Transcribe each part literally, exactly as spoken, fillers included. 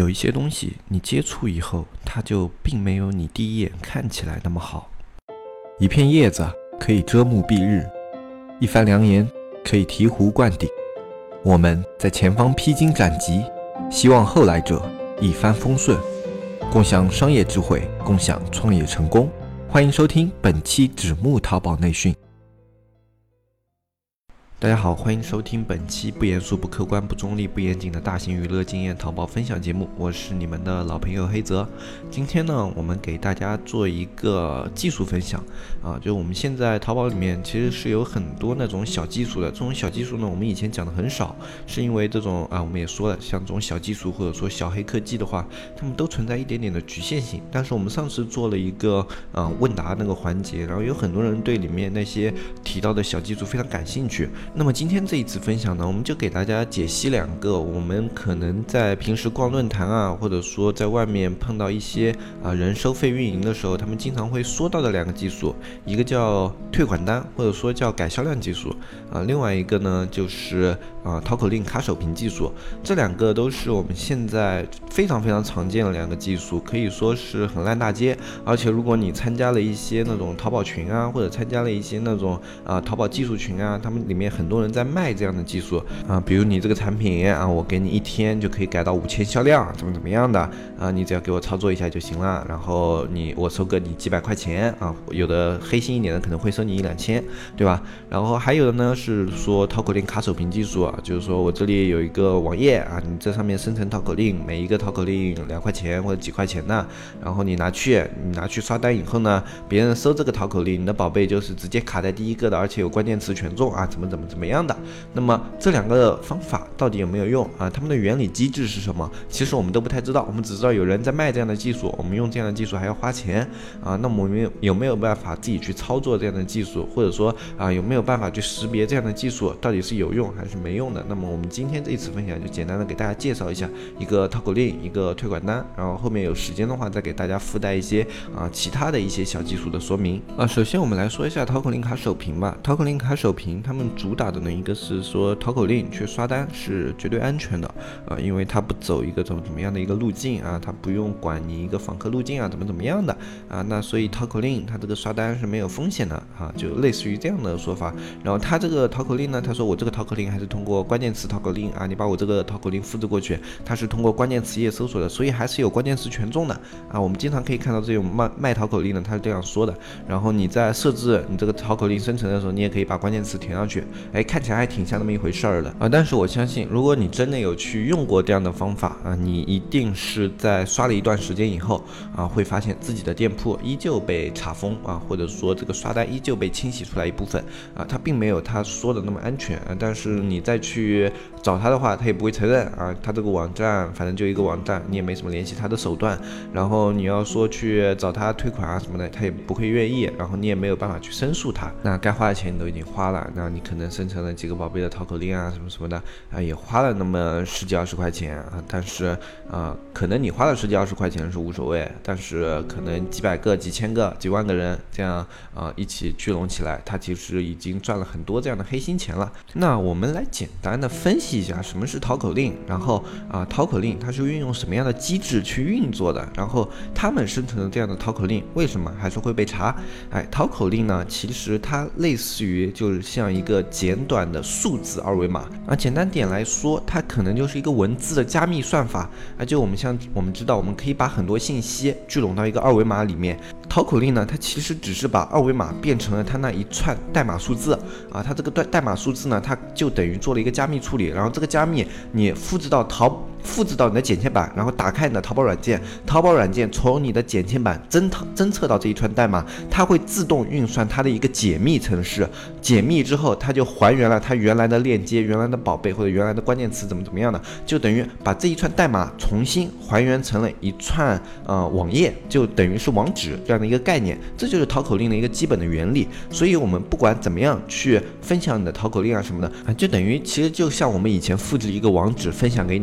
有一些东西你接触以后，它就并没有你第一眼看起来那么好。一片叶子可以遮目蔽日，一番良言可以醍醐灌顶。我们在前方披荆斩棘，希望后来者一帆风顺，共享商业智慧，共享创业成功。欢迎收听本期纸木淘宝内训。大家好，欢迎收听本期不严肃、不客观、不中立、不严谨的大型娱乐经验淘宝分享节目，我是你们的老朋友黑泽。今天呢，我们给大家做一个技术分享啊，就我们现在淘宝里面其实是有很多那种小技术的，这种小技术呢，我们以前讲的很少，是因为这种啊，我们也说了，像这种小技术或者说小黑科技的话，它们都存在一点点的局限性。但是我们上次做了一个啊问答那个环节，然后有很多人对里面那些提到的小技术非常感兴趣。那么今天这一次分享呢，我们就给大家解析两个我们可能在平时逛论坛啊，或者说在外面碰到一些啊人收费运营的时候，他们经常会说到的两个技术，一个叫退款单，或者说叫改销量技术啊，另外一个呢就是啊淘口令卡手屏技术。这两个都是我们现在非常非常常见的两个技术，可以说是很烂大街。而且如果你参加了一些那种淘宝群啊，或者参加了一些那种啊淘宝技术群啊，他们里面很多人在卖这样的技术啊，比如你这个产品啊，我给你一天就可以改到五千销量，怎么怎么样的啊，你只要给我操作一下就行了，然后你我收个你几百块钱啊，有的黑心一点的可能会收你一两千，对吧？然后还有的呢是说淘口令卡手屏技术啊，就是说我这里有一个网页啊，你这上面生成淘口令，每一个淘口令两块钱或者几块钱的，然后你拿去你拿去刷单以后呢，别人搜这个淘口令，你的宝贝就是直接卡在第一个的，而且有关键词权重啊，怎么怎么怎么样的。那么这两个方法到底有没有用啊？它们的原理机制是什么？其实我们都不太知道，我们只知道有人在卖这样的技术，我们用这样的技术还要花钱啊。那么我们有没有办法自己去操作这样的技术，或者说啊有没有办法去识别这样的技术到底是有用还是没用的？那么我们今天这一次分享就简单的给大家介绍一下一个淘口令，一个退款单，然后后面有时间的话再给大家附带一些啊其他的一些小技术的说明啊。首先我们来说一下淘口令卡手屏吧。淘口令卡手屏他们主打的呢，一个是说淘口令去刷单是绝对安全的啊，因为它不走一个怎么怎么样的一个路径啊，它不用管你一个访客路径啊怎么怎么样的啊，那所以淘口令它这个刷单是没有风险的啊，就类似于这样的说法。然后它这个淘口令呢，他说我这个淘口令还是通过关键词淘口令啊，你把我这个淘口令复制过去，它是通过关键词页搜索的，所以还是有关键词权重的啊。我们经常可以看到这种卖卖淘口令呢，它是这样说的。然后你在设置你这个淘口令生成的时候，你也可以把关键词填上去，哎，看起来还挺像那么一回事儿的啊。但是我相信，如果你真的有去用过这样的方法啊，你一定是在刷了一段时间以后啊，会发现自己的店铺依旧被查封啊，或者说这个刷单依旧被清洗出来一部分啊，它并没有他说的那么安全啊。但是你再去找他的话，他也不会承认啊，他这个网站反正就一个网站，你也没什么联系他的手段，然后你要说去找他退款啊什么的，他也不会愿意，然后你也没有办法去申诉他。那该花的钱你都已经花了，那你可能生成了几个宝贝的淘口令啊什么什么的啊，也花了那么十几二十块钱啊，但是啊，可能你花了十几二十块钱是无所谓，但是可能几百个、几千个、几万个人这样啊一起聚拢起来，他其实已经赚了很多这样的黑心钱了。那我们来简单的分析一下什么是淘口令，然后啊淘口令它是运用什么样的机制去运作的，然后他们生成的这样的淘口令为什么还是会被查？哎，淘口令呢，其实它类似于就是像一个简短的数字二维码啊，简单点来说，它可能就是一个文字的加密算法啊。就我们像我们知道，我们可以把很多信息聚拢到一个二维码里面。淘口令呢，它其实只是把二维码变成了它那一串代码数字啊，它这个代代码数字呢，它就等于做了一个加密处理，然后这个加密你复制到淘。复制到你的剪切板，然后打开你的淘宝软件，淘宝软件从你的剪切板侦侦测到这一串代码，它会自动运算它的一个解密程式，解密之后它就还原了它原来的链接、原来的宝贝或者原来的关键词怎么怎么样的，就等于把这一串代码重新还原成了一串呃网页，就等于是网址这样的一个概念。这就是淘口令的一个基本的原理。所以我们不管怎么样去分享你的淘口令啊什么的啊，就等于其实就像我们以前复制一个网址分享给你的朋友。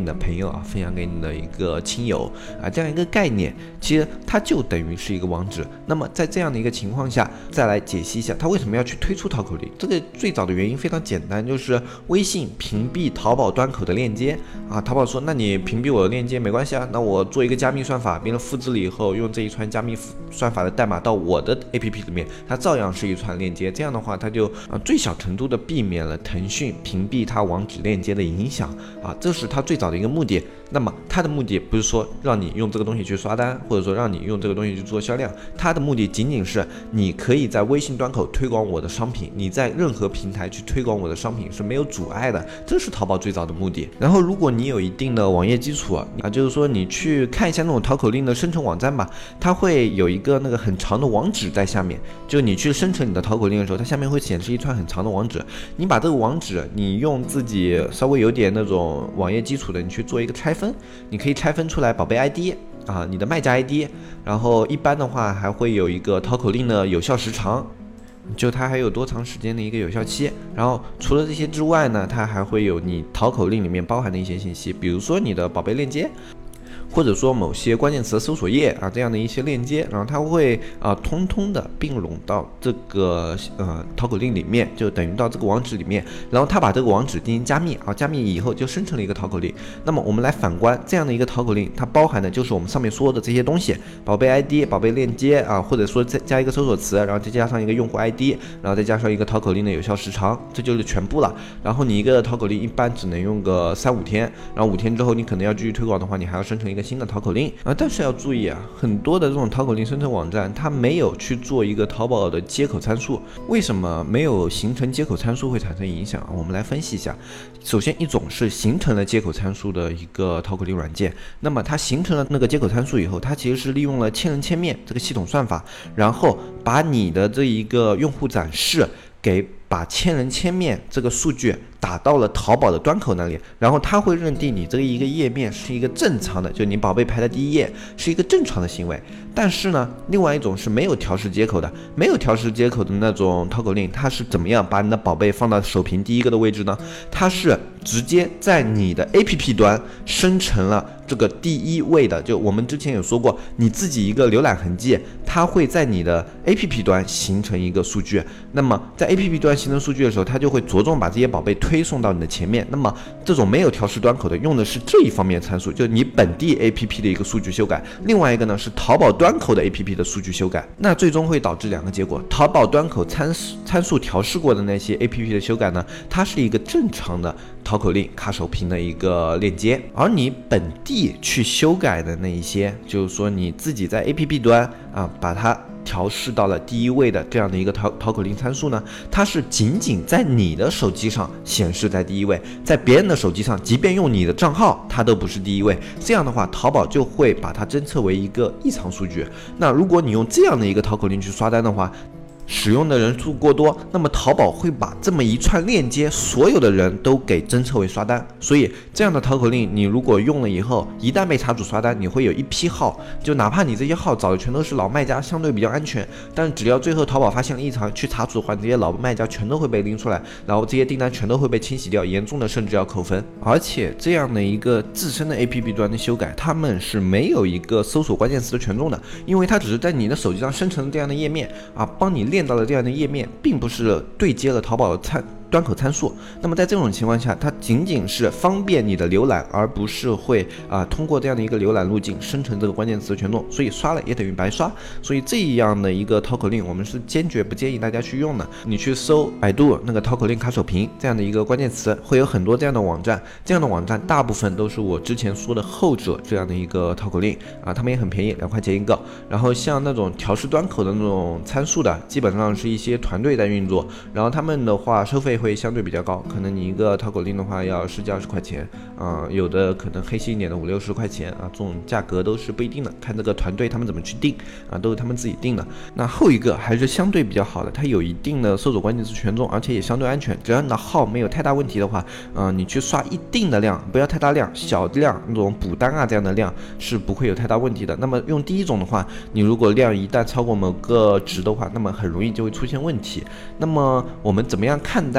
友啊，分享给你的一个亲友啊，这样一个概念，其实它就等于是一个网址。那么在这样的一个情况下，再来解析一下它为什么要去推出淘口令。这个最早的原因非常简单，就是微信屏蔽淘宝端口的链接啊。淘宝说，那你屏蔽我的链接没关系啊，那我做一个加密算法，别人复制了以后，用这一串加密算法的代码到我的 A P P 里面，它照样是一串链接。这样的话，它就啊最小程度的避免了腾讯屏蔽它网址链接的影响啊，这是它最早的一个目的。那么它的目的不是说让你用这个东西去刷单，或者说让你用这个东西去做销量，它的目的仅仅是你可以在微信端口推广我的商品，你在任何平台去推广我的商品是没有阻碍的，这是淘宝最早的目的。然后如果你有一定的网页基础啊，就是说你去看一下那种淘口令的生成网站吧，它会有一个那个很长的网址在下面，就你去生成你的淘口令的时候，它下面会显示一串很长的网址，你把这个网址你用自己稍微有点那种网页基础的，你去做一个拆分，你可以拆分出来宝贝 I D 啊，你的卖家 I D， 然后一般的话还会有一个淘口令的有效时长，就它还有多长时间的一个有效期。然后除了这些之外呢，它还会有你淘口令里面包含的一些信息，比如说你的宝贝链接，或者说某些关键词搜索页啊，这样的一些链接，然后它会啊、呃、通通的并拢到这个呃淘口令里面，就等于到这个网址里面，然后它把这个网址进行加密啊，加密以后就生成了一个淘口令。那么我们来反观这样的一个淘口令，它包含的就是我们上面说的这些东西，宝贝 I D、宝贝链接啊，或者说再加一个搜索词，然后再加上一个用户 I D， 然后再加上一个淘口令的有效时长，这就是全部了。然后你一个淘口令一般只能用个三五天，然后五天之后你可能要继续推广的话，你还要生成一个新的淘口令啊，但是要注意啊，很多的这种淘口令生成网站，它没有去做一个淘宝的接口参数。为什么没有形成接口参数会产生影响？我们来分析一下。首先，一种是形成了接口参数的一个淘口令软件，那么它形成了那个接口参数以后，它其实是利用了千人千面这个系统算法，然后把你的这一个用户展示给把千人千面这个数据打到了淘宝的端口那里，然后它会认定你这一个页面是一个正常的，就你宝贝排在第一页是一个正常的行为。但是呢，另外一种是没有调试接口的，没有调试接口的那种淘口令，它是怎么样把你的宝贝放到首屏第一个的位置呢？它是直接在你的 A P P 端生成了这个第一位的，就我们之前有说过，你自己一个浏览痕迹，它会在你的 A P P 端形成一个数据。那么在 A P P 端形成数据的时候，它就会着重把这些宝贝推送到你的前面。那么这种没有调试端口的，用的是这一方面参数，就是你本地 A P P 的一个数据修改。另外一个呢是淘宝端口的 A P P 的数据修改。那最终会导致两个结果：淘宝端口参数参数调试过的那些 A P P 的修改呢，它是一个正常的淘口令卡首屏的一个链接，而你本地去修改的那一些，就是说你自己在 A P P 端啊把它调试到了第一位的这样的一个淘淘口令参数呢，它是仅仅在你的手机上显示在第一位，在别人的手机上，即便用你的账号，它都不是第一位。这样的话，淘宝就会把它侦测为一个异常数据。那如果你用这样的一个淘口令去刷单的话，使用的人数过多，那么淘宝会把这么一串链接所有的人都给侦测为刷单。所以这样的淘口令你如果用了以后，一旦被查处刷单，你会有一批号，就哪怕你这些号找的全都是老卖家，相对比较安全，但只要最后淘宝发现了异常去查处的话，这些老卖家全都会被拎出来，然后这些订单全都会被清洗掉，严重的甚至要扣分。而且这样的一个自身的 A P P 端的修改，他们是没有一个搜索关键词的权重的，因为它只是在你的手机上生成了这样的页面啊，帮你练到了这样的页面，并不是对接了淘宝的参端口参数。那么在这种情况下，它仅仅是方便你的浏览，而不是会啊、呃、通过这样的一个浏览路径生成这个关键词的权重，所以刷了也等于白刷。所以这样的一个淘口令，我们是坚决不建议大家去用的。你去搜百度那个淘口令卡手屏这样的一个关键词，会有很多这样的网站，这样的网站大部分都是我之前说的后者这样的一个淘口令啊，他们也很便宜，两块钱一个。然后像那种调试端口的那种参数的，基本上是一些团队在运作，然后他们的话收费会相对比较高，可能你一个淘口令的话要十几二十块钱啊、呃，有的可能黑心一点的五六十块钱啊，这种价格都是不一定的，看这个团队他们怎么去定啊，都是他们自己定的。那后一个还是相对比较好的，它有一定的搜索关键词权重，而且也相对安全，只要你的号没有太大问题的话，嗯、呃，你去刷一定的量，不要太大量，小量那种补单啊这样的量是不会有太大问题的。那么用第一种的话，你如果量一旦超过某个值的话，那么很容易就会出现问题。那么我们怎么样看待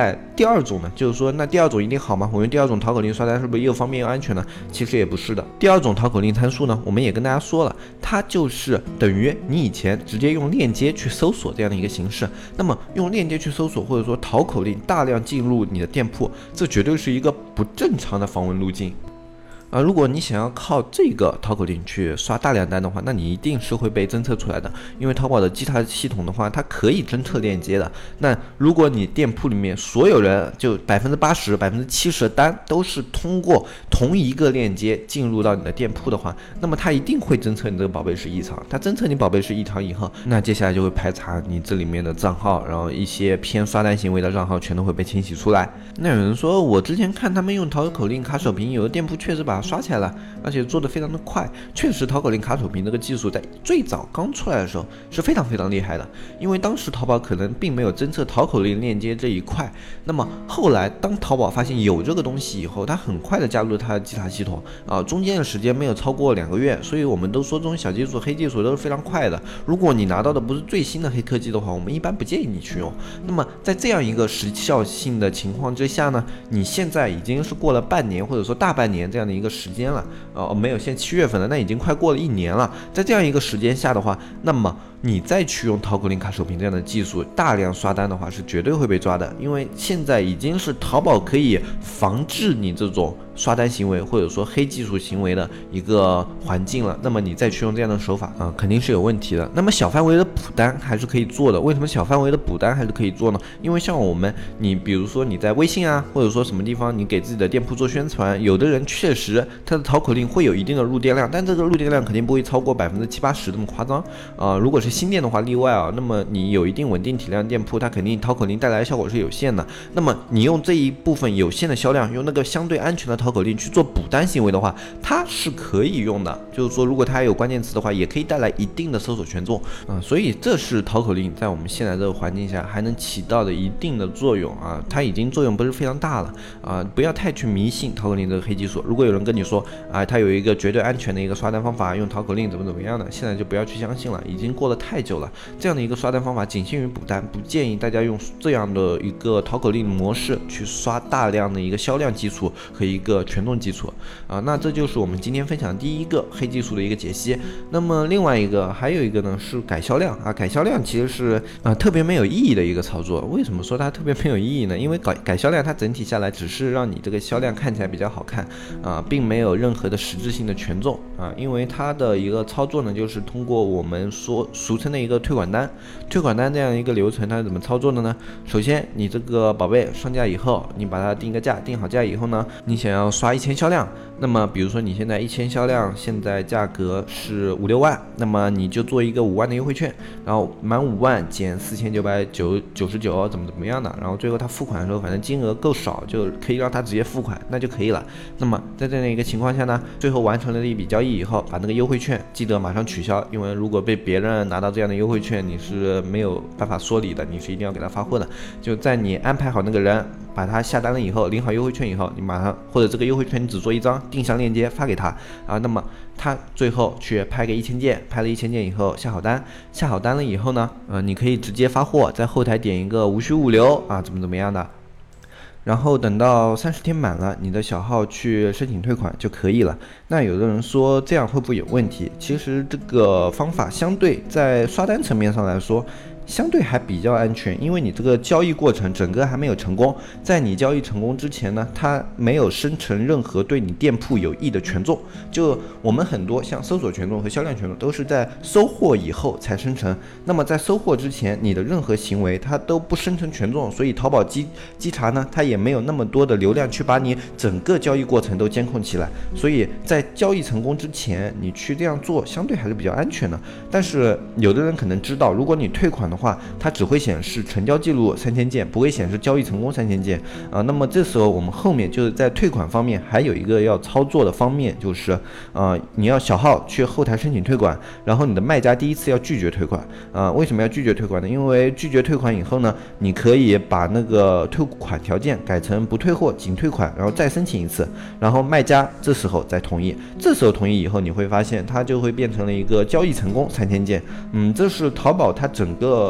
在第二种呢，就是说那第二种一定好吗？我用第二种淘口令刷单是不是又方便又安全呢？其实也不是的。第二种淘口令参数呢，我们也跟大家说了，它就是等于你以前直接用链接去搜索这样的一个形式。那么用链接去搜索，或者说淘口令大量进入你的店铺，这绝对是一个不正常的访问路径。啊，如果你想要靠这个淘口令去刷大量单的话，那你一定是会被侦测出来的，因为淘宝的稽查系统的话，它可以侦测链接的。那如果你店铺里面所有人就百分之八十、百分之七十的单都是通过同一个链接进入到你的店铺的话，那么它一定会侦测你这个宝贝是异常。它侦测你宝贝是异常以后，那接下来就会排查你这里面的账号，然后一些偏刷单行为的账号全都会被清洗出来。那有人说，我之前看他们用淘口令卡手屏，有的店铺确实把刷起来了，而且做得非常的快。确实，淘口令卡手屏这个技术在最早刚出来的时候是非常非常厉害的，因为当时淘宝可能并没有侦测淘口令链接这一块。那么后来，当淘宝发现有这个东西以后，它很快的加入了它的稽查系统啊，中间的时间没有超过两个月，所以我们都说这种小技术、黑技术都是非常快的。如果你拿到的不是最新的黑科技的话，我们一般不建议你去用。那么在这样一个时效性的情况之下呢，你现在已经是过了半年或者说大半年这样的一个时间了，呃，没有，现在七月份了，那已经快过了一年了。在这样一个时间下的话，那么你再去用淘口令卡手屏这样的技术大量刷单的话，是绝对会被抓的，因为现在已经是淘宝可以防治你这种刷单行为或者说黑技术行为的一个环境了。那么你再去用这样的手法啊、呃，肯定是有问题的。那么小范围的补单还是可以做的。为什么小范围的补单还是可以做呢？因为像我们，你比如说你在微信啊，或者说什么地方你给自己的店铺做宣传，有的人确实他的淘口令会有一定的入店量，但这个入店量肯定不会超过百分之七八十这么夸张啊、呃。如果是新店的话例外啊，那么你有一定稳定体量店铺，它肯定淘口令带来的效果是有限的。那么你用这一部分有限的销量，用那个相对安全的淘口令去做补单行为的话，它是可以用的。就是说，如果它有关键词的话，也可以带来一定的搜索权重啊、呃。所以这是淘口令在我们现在这个环境下还能起到的一定的作用啊。它已经作用不是非常大了啊，不要太去迷信淘口令这个黑技术。如果有人跟你说啊，它有一个绝对安全的一个刷单方法，用淘口令怎么怎么样的，现在就不要去相信了，已经过了太久了。这样的一个刷单方法仅限于补单，不建议大家用这样的一个淘口令模式去刷大量的一个销量基础和一个权重基础啊。那这就是我们今天分享第一个黑技术的一个解析。那么另外一个还有一个呢是改销量啊，改销量其实是啊特别没有意义的一个操作。为什么说它特别没有意义呢？因为改改销量它整体下来只是让你这个销量看起来比较好看啊，并没有任何的实质性的权重啊。因为它的一个操作呢，就是通过我们说俗称的一个退款单，退款单这样一个流程，它是怎么操作的呢？首先，你这个宝贝上架以后，你把它定个价，定好价以后呢，你想要刷一千销量，那么比如说你现在一千销量，现在价格是五六万，那么你就做一个五万的优惠券，然后满五万减四千九百九九十九，怎么怎么样的，然后最后他付款的时候，反正金额够少，就可以让他直接付款，那就可以了。那么在这样一个情况下呢，最后完成了一笔交易以后，把那个优惠券记得马上取消，因为如果被别人拿到这样的优惠券，你是没有办法说理的，你是一定要给他发货的。就在你安排好那个人，把他下单了以后，领好优惠券以后，你马上或者这个优惠券你只做一张定向链接发给他啊，那么他最后去拍个一千件，拍了一千件以后下好单，下好单了以后呢，呃，你可以直接发货，在后台点一个无需物流啊，怎么怎么样的。然后等到三十天满了，你的小号去申请退款就可以了。那有的人说这样会不会有问题？其实这个方法相对在刷单层面上来说，相对还比较安全，因为你这个交易过程整个还没有成功，在你交易成功之前呢，它没有生成任何对你店铺有益的权重。就我们很多像搜索权重和销量权重都是在收货以后才生成，那么在收货之前，你的任何行为它都不生成权重，所以淘宝稽稽查呢，它也没有那么多的流量去把你整个交易过程都监控起来，所以在交易成功之前，你去这样做相对还是比较安全的。但是有的人可能知道，如果你退款的话，它只会显示成交记录三千件，不会显示交易成功三千件啊。那么这时候我们后面就是在退款方面还有一个要操作的方面，就是啊，你要小号去后台申请退款，然后你的卖家第一次要拒绝退款啊。为什么要拒绝退款呢？因为拒绝退款以后呢，你可以把那个退款条件改成不退货仅退款，然后再申请一次，然后卖家这时候再同意，这时候同意以后，你会发现它就会变成了一个交易成功三千件。嗯，这是淘宝它整个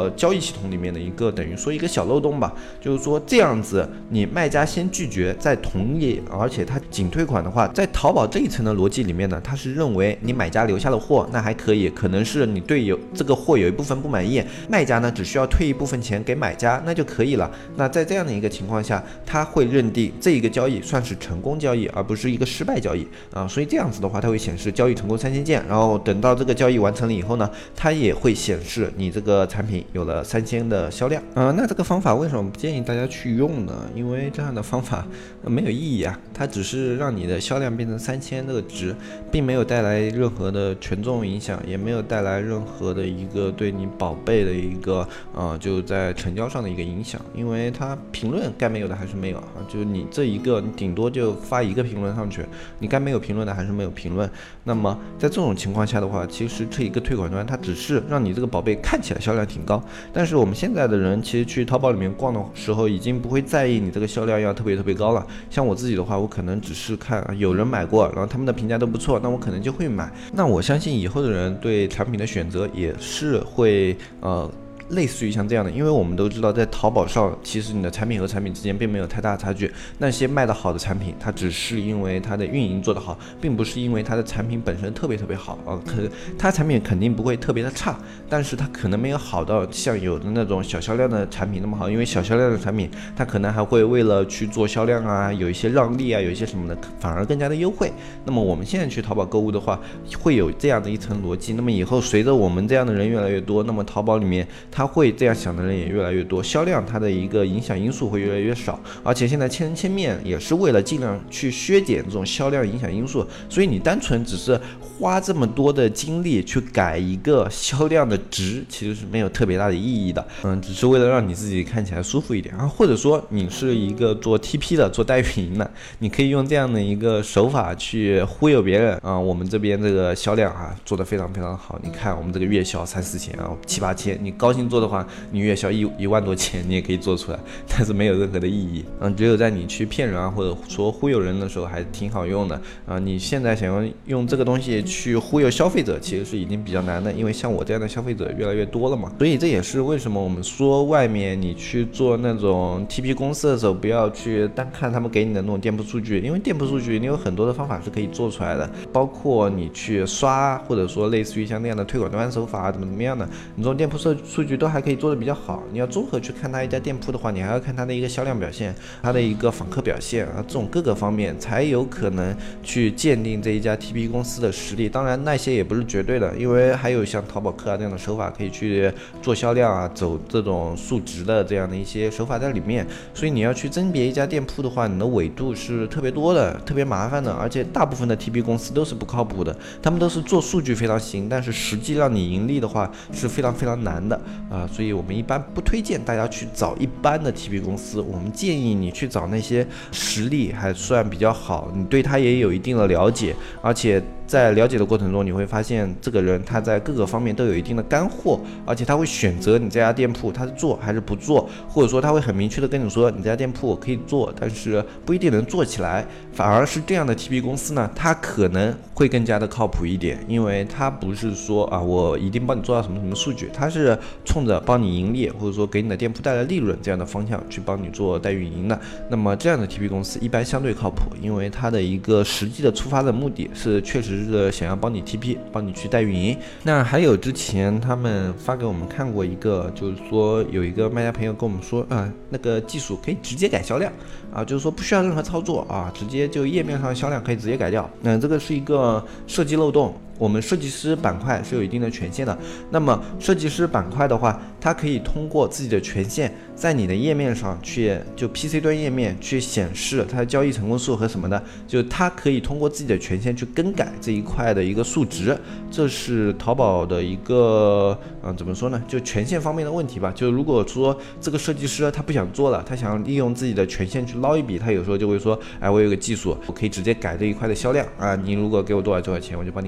个交易系统里面的一个等于说一个小漏洞吧，就是说这样子你卖家先拒绝再同意，而且他仅退款的话，在淘宝这一层的逻辑里面呢，他是认为你买家留下了货，那还可以，可能是你对有这个货有一部分不满意，卖家呢只需要退一部分钱给买家，那就可以了。那在这样的一个情况下，他会认定这一个交易算是成功交易，而不是一个失败交易啊。所以这样子的话，它会显示交易成功三千件，然后等到这个交易完成了以后呢，它也会显示你这个产品有了三千的销量。呃，那这个方法为什么不建议大家去用呢？因为这样的方法没有意义啊，它只是让你的销量变成三千这个值，并没有带来任何的权重影响，也没有带来任何的一个对你宝贝的一个呃就在成交上的一个影响，因为它评论该没有的还是没有啊，就是你这一个你顶多就发一个评论上去，你该没有评论的还是没有评论。那么在这种情况下的话，其实这一个退款端它只是让你这个宝贝看起来销量挺高，但是我们现在的人其实去淘宝里面逛的时候，已经不会在意你这个销量要特别特别高了。像我自己的话，我可能只是看有人买过，然后他们的评价都不错，那我可能就会买。那我相信以后的人对产品的选择也是会呃类似于像这样的，因为我们都知道在淘宝上，其实你的产品和产品之间并没有太大差距。那些卖得好的产品，它只是因为它的运营做得好，并不是因为它的产品本身特别特别好啊。可它产品肯定不会特别的差，但是它可能没有好到像有的那种小销量的产品那么好，因为小销量的产品，它可能还会为了去做销量啊，有一些让利啊，有一些什么的，反而更加的优惠。那么我们现在去淘宝购物的话，会有这样的一层逻辑。那么以后随着我们这样的人越来越多，那么淘宝里面它他会这样想的人也越来越多，销量它的一个影响因素会越来越少，而且现在千人千面也是为了尽量去削减这种销量影响因素，所以你单纯只是花这么多的精力去改一个销量的值，其实是没有特别大的意义的，嗯，只是为了让你自己看起来舒服一点啊，或者说你是一个做 T P 的，做代运营的，你可以用这样的一个手法去忽悠别人啊，我们这边这个销量啊做得非常非常好，你看我们这个月销三四千啊，七八千，你高兴做的话，你月销一一万多钱，你也可以做出来，但是没有任何的意义。嗯，只有在你去骗人啊，或者说忽悠人的时候，还挺好用的啊。你现在想要用这个东西去忽悠消费者，其实是已经比较难的，因为像我这样的消费者越来越多了嘛。所以这也是为什么我们说外面你去做那种 T P 公司的时候，不要去单看他们给你的那种店铺数据，因为店铺数据你有很多的方法是可以做出来的，包括你去刷，或者说类似于像那样的推广端手法怎么怎么样的，你这种店铺数数据都还可以做得比较好。你要综合去看它一家店铺的话，你还要看它的一个销量表现，它的一个访客表现啊，这种各个方面才有可能去鉴定这一家 T P 公司的实力。当然那些也不是绝对的，因为还有像淘宝客啊这样的手法可以去做销量啊，走这种数值的这样的一些手法在里面。所以你要去甄别一家店铺的话，你的纬度是特别多的，特别麻烦的，而且大部分的 T P 公司都是不靠谱的，他们都是做数据非常行，但是实际让你盈利的话是非常非常难的啊。所以我们一般不推荐大家去找一般的 T P 公司，我们建议你去找那些实力还算比较好，你对他也有一定的了解，而且在了解的过程中，你会发现这个人他在各个方面都有一定的干货，而且他会选择你这家店铺他是做还是不做，或者说他会很明确的跟你说你这家店铺我可以做，但是不一定能做起来。反而是这样的 T P 公司呢，它可能会更加的靠谱一点，因为它不是说啊我一定帮你做到什么什么数据，它是冲着帮你盈利或者说给你的店铺带来利润这样的方向去帮你做代运营的。那么这样的 T P 公司一般相对靠谱，因为它的一个实际的出发的目的是确实是想要帮你 T P， 帮你去代运营。那还有之前他们发给我们看过一个，就是说有一个卖家朋友跟我们说啊，那个技术可以直接改销量啊，就是说不需要任何操作啊，直接就页面上的销量可以直接改掉。那这个是一个设计漏洞。我们设计师板块是有一定的权限的，那么设计师板块的话，它可以通过自己的权限在你的页面上去，就 P C 端页面去显示它的交易成功数和什么的，就它可以通过自己的权限去更改这一块的一个数值，这是淘宝的一个嗯怎么说呢，就权限方面的问题吧。就如果说这个设计师他不想做了，他想利用自己的权限去捞一笔，他有时候就会说，哎，我有个技术，我可以直接改这一块的销量啊，你如果给我多少多少钱，我就帮你改掉。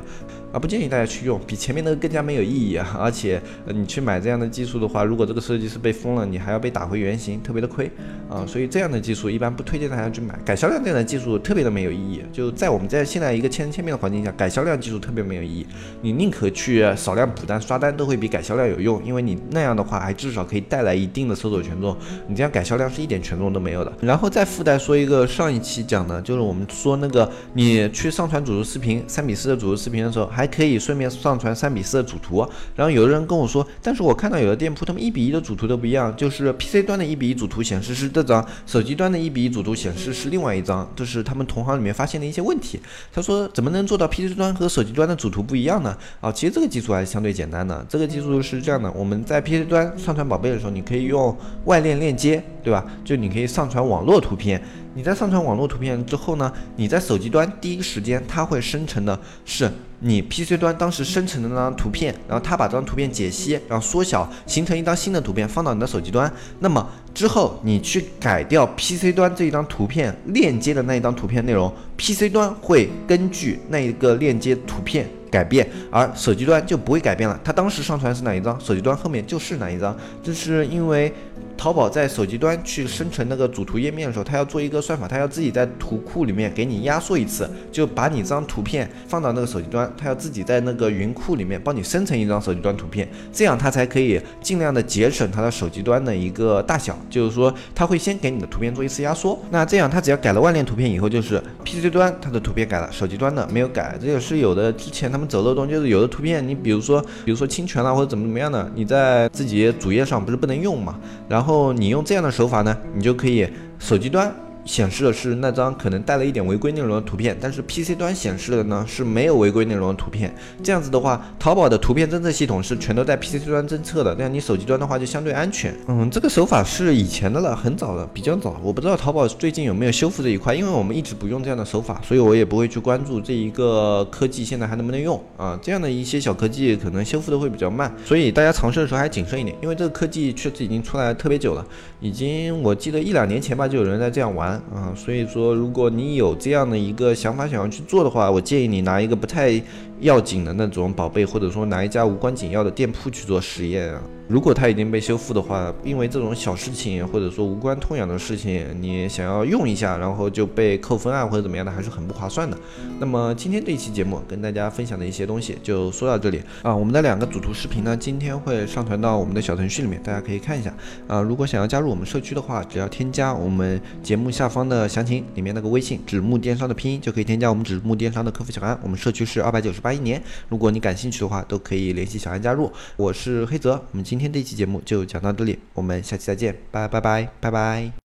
啊，不建议大家去用，比前面那个更加没有意义啊！而且、呃、你去买这样的技术的话，如果这个设计师被封了，你还要被打回原形，特别的亏啊！所以这样的技术一般不推荐大家去买。改销量这样的技术特别的没有意义，就在我们在现在一个千人千面的环境下，改销量技术特别没有意义。你宁可去少量补单刷单，都会比改销量有用，因为你那样的话还至少可以带来一定的搜索权重，你这样改销量是一点权重都没有的。然后再附带说一个上一期讲的，就是我们说那个你去上传主图视频三比四的主图视频的时候，还可以顺便上传三比四的主图。然后有的人跟我说，但是我看到有的店铺他们一比一的主图都不一样，就是 P C 端的一比一主图显示是这张，手机端的一比一主图显示是另外一张，这是他们同行里面发现的一些问题。他说怎么能做到 P C 端和手机端的主图不一样呢？啊，其实这个技术还是相对简单的。这个技术是这样的，我们在 P C 端上传宝贝的时候，你可以用外链链接，对吧？就你可以上传网络图片。你在上传网络图片之后呢，你在手机端第一个时间它会生成的是你 P C 端当时生成的那张图片，然后它把这张图片解析，然后缩小，形成一张新的图片放到你的手机端。那么之后你去改掉 P C 端这一张图片链接的那一张图片内容， P C 端会根据那一个链接图片改变，而手机端就不会改变了。它当时上传是哪一张，手机端后面就是哪一张。这是因为淘宝在手机端去生成那个主图页面的时候，它要做一个算法，它要自己在图库里面给你压缩一次，就把你这张图片放到那个手机端，它要自己在那个云库里面帮你生成一张手机端图片，这样它才可以尽量的节省它的手机端的一个大小。就是说，它会先给你的图片做一次压缩，那这样它只要改了外链图片以后，就是 P C 端它的图片改了，手机端的没有改。这也是有的之前他们走漏洞，就是有的图片你比如说比如说侵权了或者怎么怎么样的，你在自己主页上不是不能用嘛，然后然后你用这样的手法呢，你就可以手机端显示的是那张可能带了一点违规内容的图片，但是 P C 端显示的呢是没有违规内容的图片。这样子的话，淘宝的图片侦测系统是全都在 P C 端侦测的，这样你手机端的话就相对安全。嗯，这个手法是以前的了，很早的，比较早。我不知道淘宝最近有没有修复这一块，因为我们一直不用这样的手法，所以我也不会去关注这一个科技现在还能不能用啊。这样的一些小科技可能修复的会比较慢，所以大家尝试的时候还谨慎一点，因为这个科技确实已经出来特别久了，已经我记得一两年前吧就有人在这样玩。啊，所以说，如果你有这样的一个想法想要去做的话，我建议你拿一个不太要紧的那种宝贝，或者说拿一家无关紧要的店铺去做实验啊。如果它已经被修复的话，因为这种小事情或者说无关痛痒的事情，你想要用一下，然后就被扣分啊或者怎么样的，还是很不划算的。那么今天这一期节目跟大家分享的一些东西就说到这里啊。我们的两个主图视频呢，今天会上传到我们的小程序里面，大家可以看一下啊。如果想要加入我们社区的话，只要添加我们节目下方的详情里面那个微信纸木电商的拼音，就可以添加我们纸木电商的客服小安。我们社区是二百九十八一年，如果你感兴趣的话，都可以联系小安加入。我是黑泽，我们今天这期节目就讲到这里，我们下期再见，拜拜拜拜拜。